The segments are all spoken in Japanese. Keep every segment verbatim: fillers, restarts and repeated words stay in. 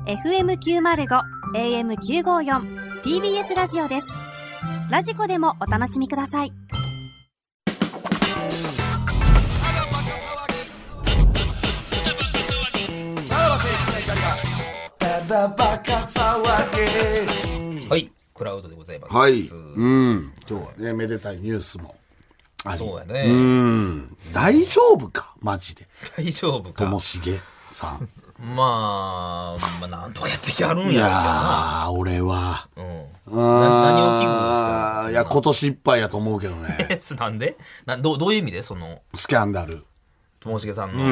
エフエムきゅうまるご エーエムきゅうごよん ティービーエス ラジオです。ラジコでもお楽しみください。 はい、クラウドでございます。 はい、うん、今日はねめでたいニュースもあり、 そうやね。 うん、大丈夫かマジで。 大丈夫か。 ともしげさん。 まあ、まあ、なんとかやってきはるんやろういけどな。 やー、俺は。 うん。 な何を危惧したの？ いや、今年いっぱいやと思うけどね。 え、なんでなどう、どういう意味でその、 スキャンダル。 ともしげさんの。 うんうんうん。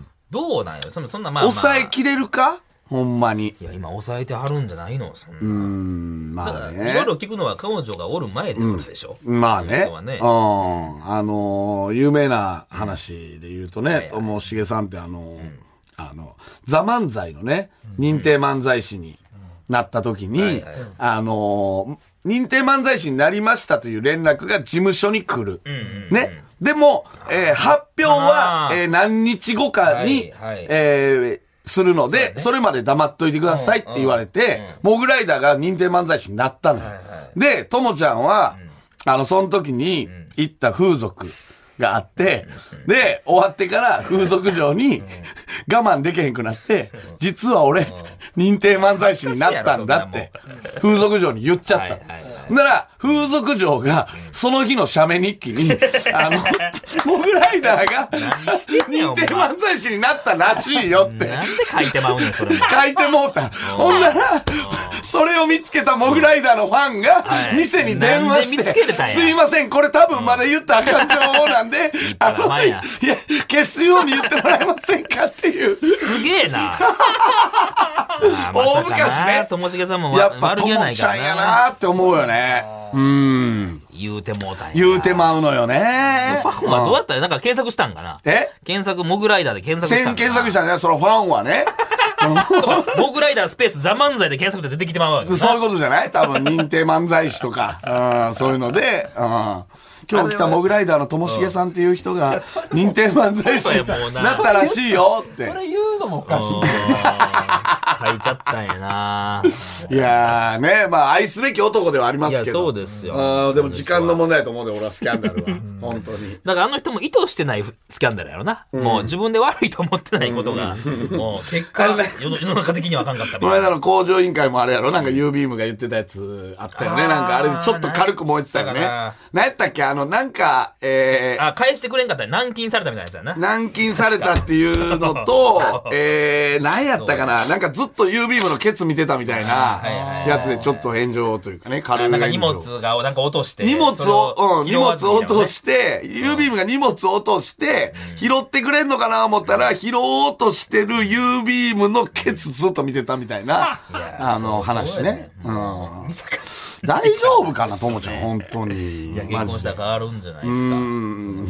どうなんよそんな、そんな、まあ、まあ。 抑えきれるかほんまに。 いや、今抑えてはるんじゃないのそんな。 うーん、まあね。 いろいろ聞くのは彼女がおる前でことでしょ、 うん、まあね。 はねうん。あのー、有名な話で言うとね、ともしげさんってあのー、うん、あの、ザ漫才のね、認定漫才師になった時に、あのー、認定漫才師になりましたという連絡が事務所に来る。うんうんうん、ね。でも、えー、発表は、えー、何日後かに、はいはい、えーするので、そ, ね、それまで黙っといてくださいって言われて、うんうん、モグライダーが認定漫才師になったのよ。はいはい、で、ともちゃんは、うん、あの、その時に行った風俗があって、うん、で、終わってから風俗嬢に我慢できへんくなって、実は俺、認定漫才師になったんだって、風俗嬢に言っちゃったの。はいはいはいだから、風俗嬢が、その日の写メ日記に、あの、モグライダーが、認定漫才師になったらしいよって。 なんで書いてまうねん、それ。 書いてもうた。ほんなら、それを見つけたモグライダーのファンが、店に電話して、すいません、これ多分まだ言ったらあかん情報なんで、あの、いや、消すように言ってもらえませんかっていう。 すげえな。 大昔ね。 ともしげさんも悪気はないからな。 やっぱともちゃんやなって思うよね。うん。 言うてもうたんや。 言うてまうのよね。 ファンはどうやったらなんか検索したんかなえ検索、モグライダーで検索したんかな検索したね、そのファンはね。 モグライダースペースザ漫才で検索って出てきてまうわけそういうことじゃない多分認定漫才師とか、うん、そういうので、うん。今日来たモグライダーのともしげさんっていう人が認定漫才師になったらしいよって。 それ言うのもおかしい。 書いちゃったんやな。 いやーね、まあ愛すべき男ではありますけど。いやそうですよ。 あでも時間の問題だと思うね、俺はスキャンダルは。本当に。 だからあの人も意図してないスキャンダルやろな。うん、もう自分で悪いと思ってないことが、うん、もう結果、世の中的にはあかんかった。 この間の工場委員会もあれやろなんか ユービームが言ってたやつあったよね。なんかあれちょっと軽く燃えてたよね。何やったっけあの、なんか、えー、あ、返してくれんかったら軟禁されたみたいなやつやな。 軟禁されたっていうのと、えー、何やったかななんかずっと ユービームのケツ見てたみたいなやつでちょっと炎上というかね、軽い炎上。 なんか荷物がなんか落として。 荷物を、うん、荷物を落として、ユービームが荷物を落として、拾ってくれんのかな思ったら、拾おうとしてる ユービームのケツずっと見てたみたいな、あの話ね。うん。大丈夫かな、ともちゃん、本当に。 いや、結婚したら変わるんじゃないですか。うん。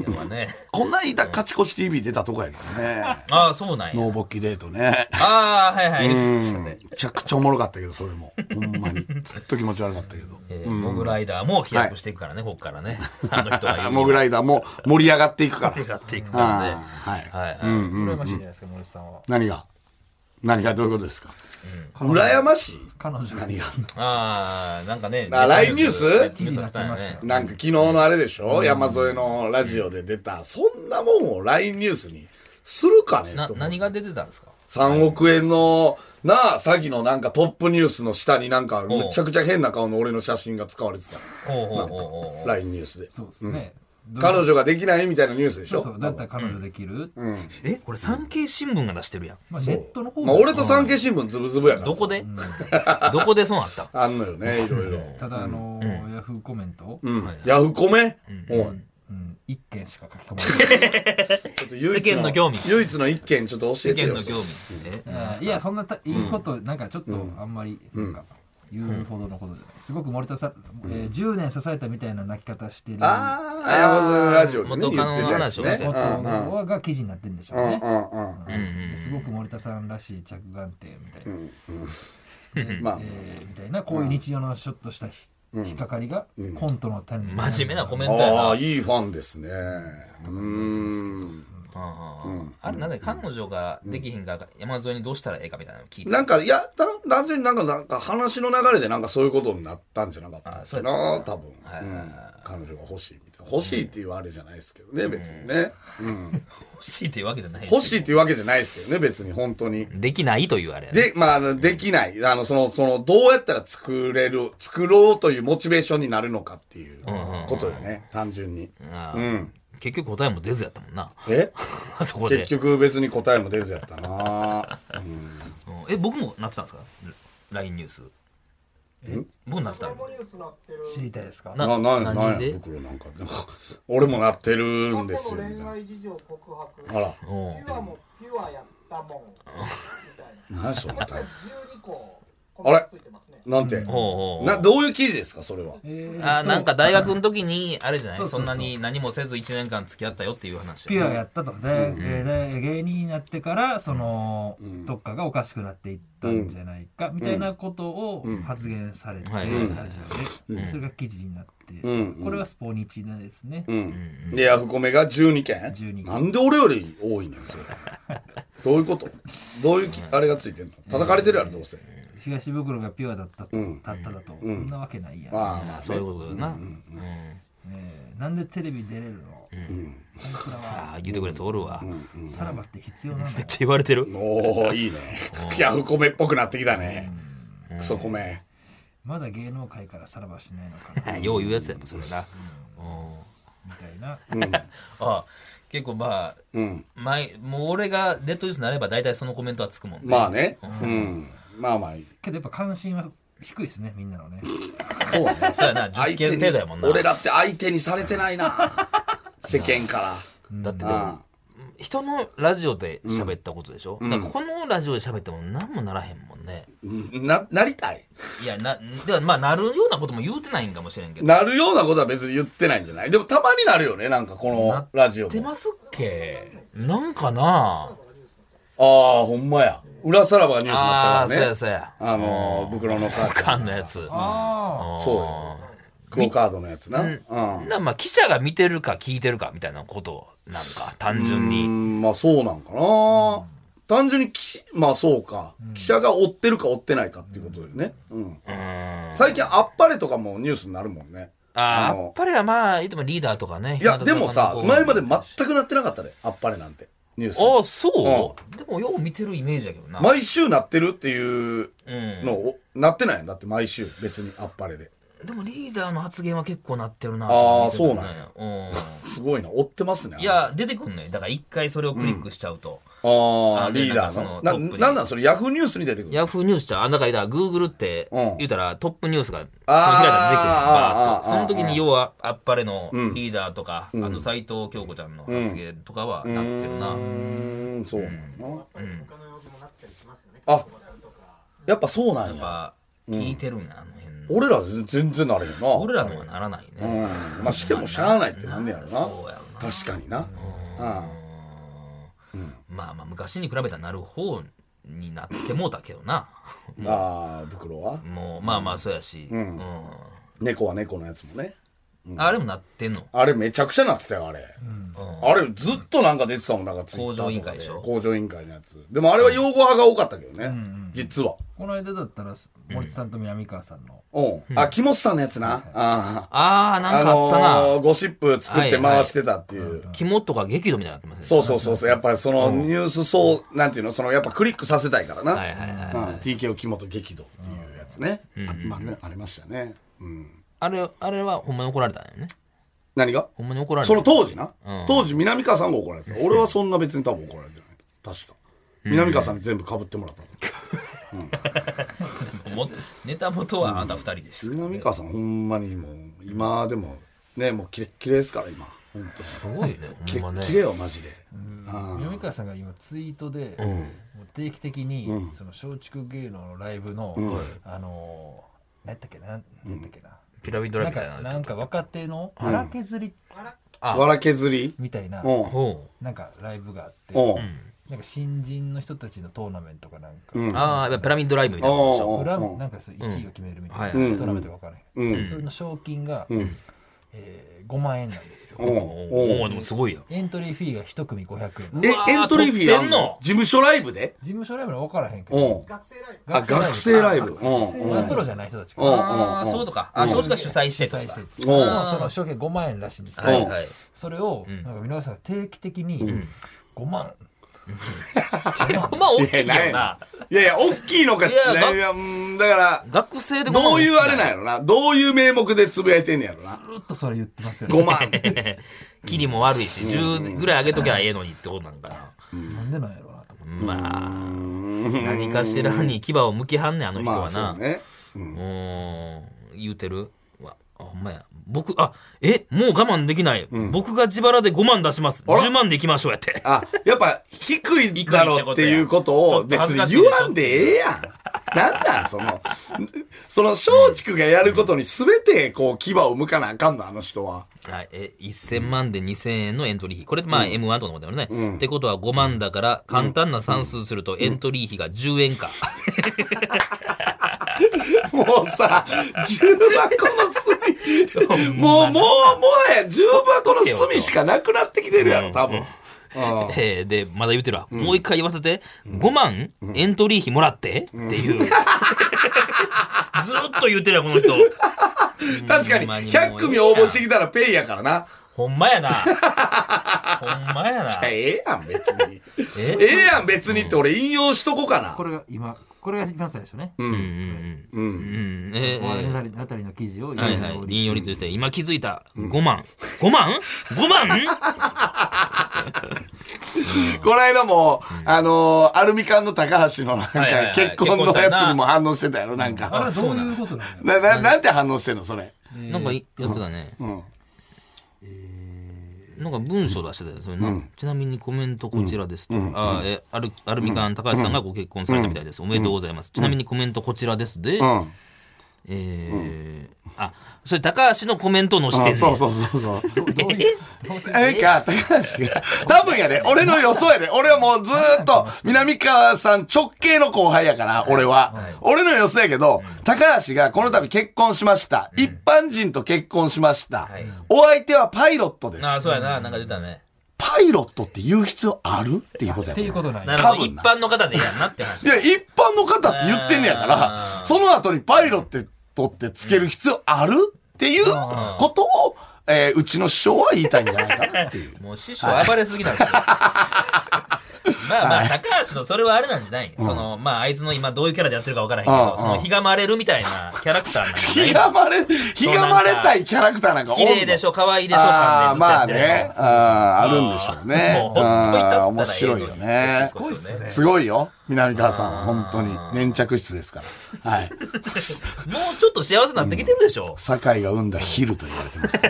こんな間、カチコチ ティービー 出たとこやけどね。 ああ、そうなんや。 ノーボッキデートね。 ああ、はいはい。 めちゃくちゃおもろかったけど、それも。ほんまに。ずっと気持ち悪かったけど。 えー、モグライダーも飛躍していくからね、こっからね。あの人は。 モグライダーも盛り上がっていくから。 盛り上がっていくからね。 はい。 はい。 羨ましいじゃないですか、森さんは。 何が何がどういうことですか羨ましい彼女何がああ、なんかね。 あ、ラインニュース記事になってましたよ。 なんか昨日のあれでしょ山添のラジオで出た。そんなもんを ライン ニュースにするかねな何が出てたんですかさんおくえんのなあ詐欺のなんかトップニュースの下になんかむちゃくちゃ変な顔の俺の写真が使われてた。ライン ニュースで。 そうですね。 彼女ができないみたいなニュースでしょ。 そうそうだったら彼女できる、 うん、 えこれ産経新聞が出してるやん、 まあ、ネットの方まあ俺と産経新聞ズブズブやからどこで、うん、どこでそうなったあんのよねいろいろただあのーうん、ヤフーコメント、 うん、ヤフコメ、 うんうんうん、一件しか書き込まないちょっと唯一 の, 世間の興味唯一の一件ちょっと教えてよ世間の興味えいやそんなたいいこと、うん、なんかちょっとあんまりなんか、うん言うほどのことじゃない。すごく森田さん、えー、じゅうねん支えたみたいな泣き方してる。 ああ、山添のラジオでね、 元カノの話をして、 元が記事になってるんでしょうね。すごく森田さんらしい着眼点みたいな。うんうんまあ、えー、みたいな、こういう日常のちょっとした引っかかりが、コントの種に。 真面目なコメントやな。 ああ、いいファンですね。うん。 あれなんだ彼女ができひんが山添にどうしたらええかみたいなの聞いて。 なんか、いや、た単純になんか、なんか話の流れでなんかそういうことになったんじゃなかったかな、多分。彼女が欲しいみたいな。欲しいっていうあれじゃないですけどね、別にね。 欲しいっていうわけじゃない。 欲しいっていうわけじゃないですけどね、別に本当に。 できないというあれ。 で、まあ、できない。あの、その、その、どうやったら作れる、作ろうというモチベーションになるのかっていうことよね、単純に。うん。 結局答えも出ずやったもんな。 えそこで結局別に答えも出ずやったな、うん、 え、僕もなってたんですか ライン ニュース。え僕なってたの知りたいですか。 な、な、な、なんや、袋なんか。俺もなってるんですよ。みたいな。あら。ピュアもピュアやったもん。何そのタイプ。あれなんて、などういう記事ですかそれは。 えー、あなんか大学の時にあれじゃない、そんなに何もせずいちねんかん付き合ったよっていう話。 ピュアやったと。で、うんで芸人になってからその、うん、どっかがおかしくなっていったんじゃないか、うん、みたいなことを発言されて、うん、ラジオで、うん、それが記事になって、うん、これはスポニチですね。 うんうん、でヤフコメがじゅうにけん。じゅうにけん。なんで俺より多いねんそれ。どういうこと？どういうあれがついてんの？叩かれてるやろどうせ。 東袋がピュアだったと、うん、だっただと、うん、そんなわけないやん。 まあまあそういうことだな。うんうんね、なんでテレビ出れるの？うん、 ああ言うてくれやつおるわ。 うんうん、さらばって必要なんだよ。 めっちゃ言われてる。 おーいいね。ヤフコメっぽくなってきたね。クソコメ。 まだ芸能界からさらばしないのかな。 よう言うやつやっぱそれな。 みたいな。 うん、あ結構まあ、うん、前もう俺がネットニュースになれば大体そのコメントはつくもんね。 まあね。うん。うんまあまあけどやっぱ関心は低いですねみんなのね。 そうね。 そうやなじゅっけん程度やもんな。 俺だって相手にされてないな世間から。 だってでも人のラジオで喋ったことでしょ、うん、だからこのラジオで喋っても何もならへんもんね。 な、なりたいいやなではまあなるようなことも言うてないんかもしれんけど。 なるようなことは別に言ってないんじゃない。でもたまになるよねなんかこのラジオも。 なってますっけなんかなああほんまや。裏さらばがニュースになったからね。 ああそうやそうや。 あのー、袋のカード。 缶のやつ。 ああ。そうよ。クオカードのやつな。うん。 うん、まあ記者が見てるか聞いてるかみたいなことなんか単純に。 うん、まあそうなんかな。うん、単純にき、まあそうか、うん。記者が追ってるか追ってないかっていうことだよね。うん。うん、最近あっぱれとかもニュースになるもんね。 ああ、あっぱれはまあ、言ってもリーダーとかね。 いや、でもさ、前まで全くなってなかったで、あっぱれなんて。ニュース。 ああ、そう、うん、でもよう見てるイメージだけどな。 毎週なってるっていうのを、うん、なってないんだって毎週別にあっぱれで。 でもリーダーの発言は結構なってるな、 ね。ああ、そうなんや。うん、すごいな。追ってますね。 いや、出てくんのよ。だから一回それをクリックしちゃうと。 うん、ああ、リーダーの。な、なんなんそれヤフーニュースに出てくる。 ヤフーニュースちゃう。あん中だ、グーグルって言うたらトップニュースが、その開いたら出てくる。ああ、その時に要はあっぱれのリーダーとか、うん、あの斎藤京子ちゃんの発言とかはなってるな。うん、 うん、そうなの。うん。あ、やっぱそうなんや。やっぱ聞いてるんや、あの辺。 俺ら全然なれへんな。 俺らのはならないね。 うん。まあしてもしゃあないってなんねやろな。そうやろな。確かにな。 うん。まあまあ昔に比べたらなる方になってもうたけどな。 ああ、袋はもうまあまあそうやし。うん。 猫は猫のやつもね。 あれもなってんの？ あれめちゃくちゃなってたよ、あれ。あれずっとなんか出てたもん、なんかツイッターとかで。 工場委員会でしょ？ 工場委員会のやつ。でもあれは擁護派が多かったけどね。実は。 この間だったら森さんと南川さんの。 うん。あ、木本さんのやつな。ああ、なんかあったな。 あのゴシップ作って回してたっていう。 木本が激怒みたいになってますね。 そうそうそうそう。やっぱりそのニュースそう、なんていうの、そのやっぱクリックさせたいからな。はいはいはい。ティーケーオー 木本激怒っていうやつね。ありましたね。うん。 あれ、あれはほんまに怒られたんよね。 何がほんまに怒られた。 その当時な、うん、当時南川さんが怒られてた。俺はそんな別に多分怒られてない。確か。南川さんに全部被ってもらったの。 うん、もネタ元はあなた二人でした、 ね、南川さんほんまにもう今でもねもうキレッキレですから今本当にすごいねキレッキレよマジで。 南川さんが今ツイートで、うん、もう定期的に、うん、その松竹芸能のライブの、うん、あのー、何やったっけな何やったっけな、 ピラミッドライブみたいな。 なんか若手の荒削り、 荒削りみたいな、なんかライブがあって、なんか新人の人たちのトーナメントかなんか、 うん、ああピラミッドライブみたいなことでしょ。 プラなんかいちいを決めるみたいな、うん、トーナメントが分からない、うん、それの賞金が、うん、 えー、ごまんえんなんですよ。 おおおでもすごいよ。 エントリーフィーが一組ごひゃくえん。 え、エントリーフィーあんの？事務所ライブで？ 事務所ライブは分からへんけど。 学生ライブ。あ、学生ライブ。 プロじゃない人たちが。ああ、そういうことか。あ、松竹が主催して主催して。その賞金ごまんえんらしいんですけど、それを、なんか皆さん定期的にごまん。 ごまん大きいよな。 いやいや、大きいのか。いや、だから、 学生でどういうあれなんやろな。どういう名目でつぶやいてんねやろな。 ずーっとそれ言ってますよね。 ごまん。 キリも悪いし、じゅうぐらい上げときゃええのにってことなんかな。 なんでなんやろなと思って。 まあ、何かしらに牙を向きはんねん、あの人はな。うん。言うてるわ。あ、ほんまや。僕、あ、え、もう我慢できない。うん、僕が自腹でごまん出します。じゅうまんでいきましょうやって。 あ、やっぱ低いだろうっていうことを別に言わんでええやん。なんなんその、その松竹がやることに全てこう牙を向かなあかんの、あの人は。 はい、え、せんまんでにせんえんのエントリー費。これまあ エムワン とかのことだよね、うん。ってことはごまんだから、簡単な算数するとエントリー費がじゅうえんか。 もうさ、重箱の隅。もう、もう、もう、重箱の隅しかなくなってきてるやろ、多分。 えー、で、まだ言ってるわ。うん、もう一回言わせて。ごまんエントリー費もらって、うん、っていう。ずーっと言ってるやこの人。 確かに、ひゃく組応募してきたらペイやからな。 ほんまやな。ほんまやな。 じゃあ、ええやん、別に。ええやん、別にって俺引用しとこうかな。 これが今、これが一番最初ね。 うん。うん。うん。うん。 えー、あたりの記事をはいはい。引用率して、今気づいた。ごまん。ごまん ?ご 万この間も、あのー、アルミ缶の高橋のなんか、結婚のやつにも反応してたやろ、なんか。 あれどういうことなの？な、なんて反応してんの、それ。 なんか、やつだね。うん。なんか文章出してたよ、それな、うん、ちなみにコメントこちらですと、うん、あえアルアルミカン高橋さんがご結婚されたみたいです、おめでとうございます、ちなみにコメントこちらですで、うん、えー、あそれ高橋のコメントの視点で、 そうそうそうそうえか高橋が多分やで、俺の予想やで、俺はもうずーっと南川さん直系の後輩やから、俺は、はい、俺の予想やけど、うん、高橋がこの度結婚しました、うん、一般人と結婚しました、はい、お相手はパイロットです。 ああそうやな、なんか出たね。 パイロットって言う必要あるっていうことやっていうことない。 なるほど、一般の方でいいやんなって話。 いや、一般の方って言ってんねやから、その後にパイロットってつける必要あるっていうことを、えー、うちの師匠は言いたいんじゃないかなっていう。 もう師匠暴れすぎなんですよ。まあまあ、高橋のそれはあれなんじゃない、うん、その、まああいつの今どういうキャラでやってるか分からへんけど、うん、その、ひがまれるみたいなキャラクターなんかひがまれ、ひがまれたいキャラクターなんか綺麗でしょ、可愛いでしょ、感でずっとやってる。 まあね、ああるんでしょうね。もう本当に面白いよね。すごいっすね。すごいよ。南川さんは本当に粘着質ですから。はい。もうちょっと幸せになってきてるでしょ。うん、 酒井が生んだヒルと言われてますから。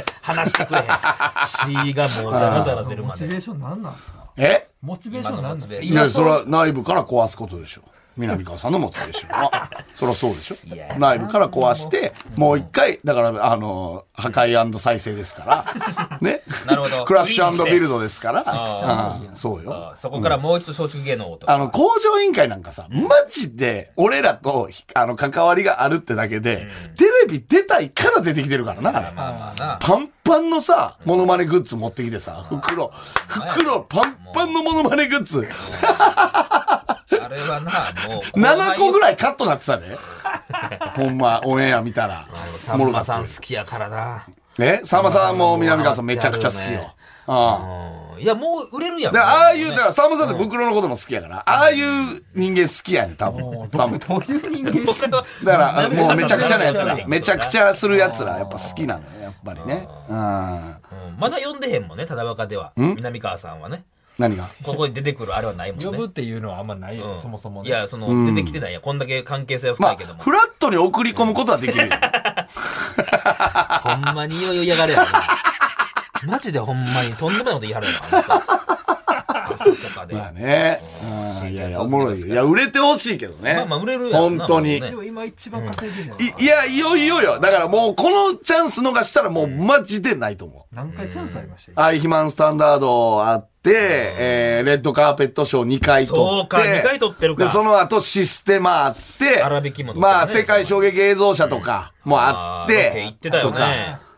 話してくれへん。血がもうダラダラ出るまで。 モチベーションなんなんすか？ え？ モチベーションなんですか？ いや、それは内部から壊すことでしょ。南川さんのモチベーションは。そりゃそうでしょ。内部から壊して、もう一回、だから、あの、破壊&再生ですから。ね。 なるほど。 クラッシュ&ビルドですから。ああそうよ。 そこからもう一度松竹芸能と。 あの、工場委員会なんかさ、マジで、俺らと、あの、関わりがあるってだけで、テレビ出たいから出てきてるからな。パンパンのさ、モノマネグッズ持ってきてさ、袋、袋、パンパンのモノマネグッズ。 あれはな、もう。 ななこぐらいカットなってたで。ほんま、オンエア見たら。 さんまさん好きやからな。 えさんまさんも南川さんめちゃくちゃ好きよ。 ああ。いや、もう売れるやん。 ああいう、だからさんまさんって袋のことも好きやから、ああいう人間好きやねん、多分。 どういう人間好き？ だから、もうめちゃくちゃなやつら、めちゃくちゃするやつら、やっぱ好きなのよ、やっぱりね。うん。 まだ呼んでへんもんね、ただバカでは。南川さんはね。 何がここに出てくるあれはないもんね。 呼ぶっていうのはあんまないですよ、うん、そもそも、ね。 いや、その、出てきてないや。こんだけ関係性は深いけども。 まあ、フラットに送り込むことはできるよ。 ほんまにいよいよ嫌がれやな。マジでほんまにとんでもないこと言いはるやな。朝とかで。 まあね。うん、いやいや、おもろいよ。いや、売れてほしいけどね。 まあまあ、売れるやん本当に。 でも今一番稼いでるんじゃないですか。 いや、いよいよよ。だからもう、このチャンス逃したらもうマジでないと思う。 何回チャンスありました？ アイヒマンスタンダードあって、えー、レッドカーペットショーにかい取って。 そうか、にかい取ってるか。 で、その後システマあって、 荒引きも、 まあ、世界衝撃映像社とかもあって、 言ってたよね。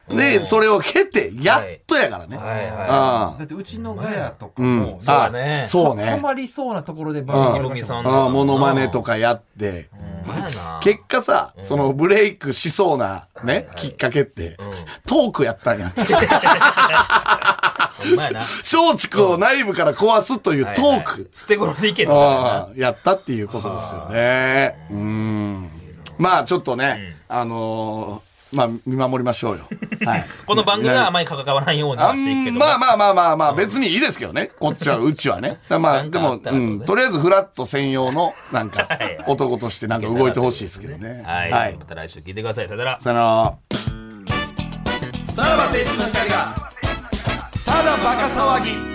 で、それを経て、やっとやからね。 はいはだってうちのガヤとかも、 そうだね。 そうね。 ハマりそうなところで番組さんのモノマネとかやって、結果さ、そのブレイクしそうなね、きっかけって、トークやったんやって。松竹を内部から壊すというトーク。 捨て頃でいけた。 やったっていうことですよね。うん。まあちょっとね、あのー、まあ見守りましょうよ。はい。 この番組はあまり関わらないようにしていくけど。 まあまあまあまあまあ、別にいいですけどね。こっちは、うちはね。まあでも、うん、とりあえずフラット専用の、なんか、男としてなんか動いてほしいですけどね。 はい。また来週聞いてください。さよなら。 さよなら。さらば青春の光が、ただバカ騒ぎ。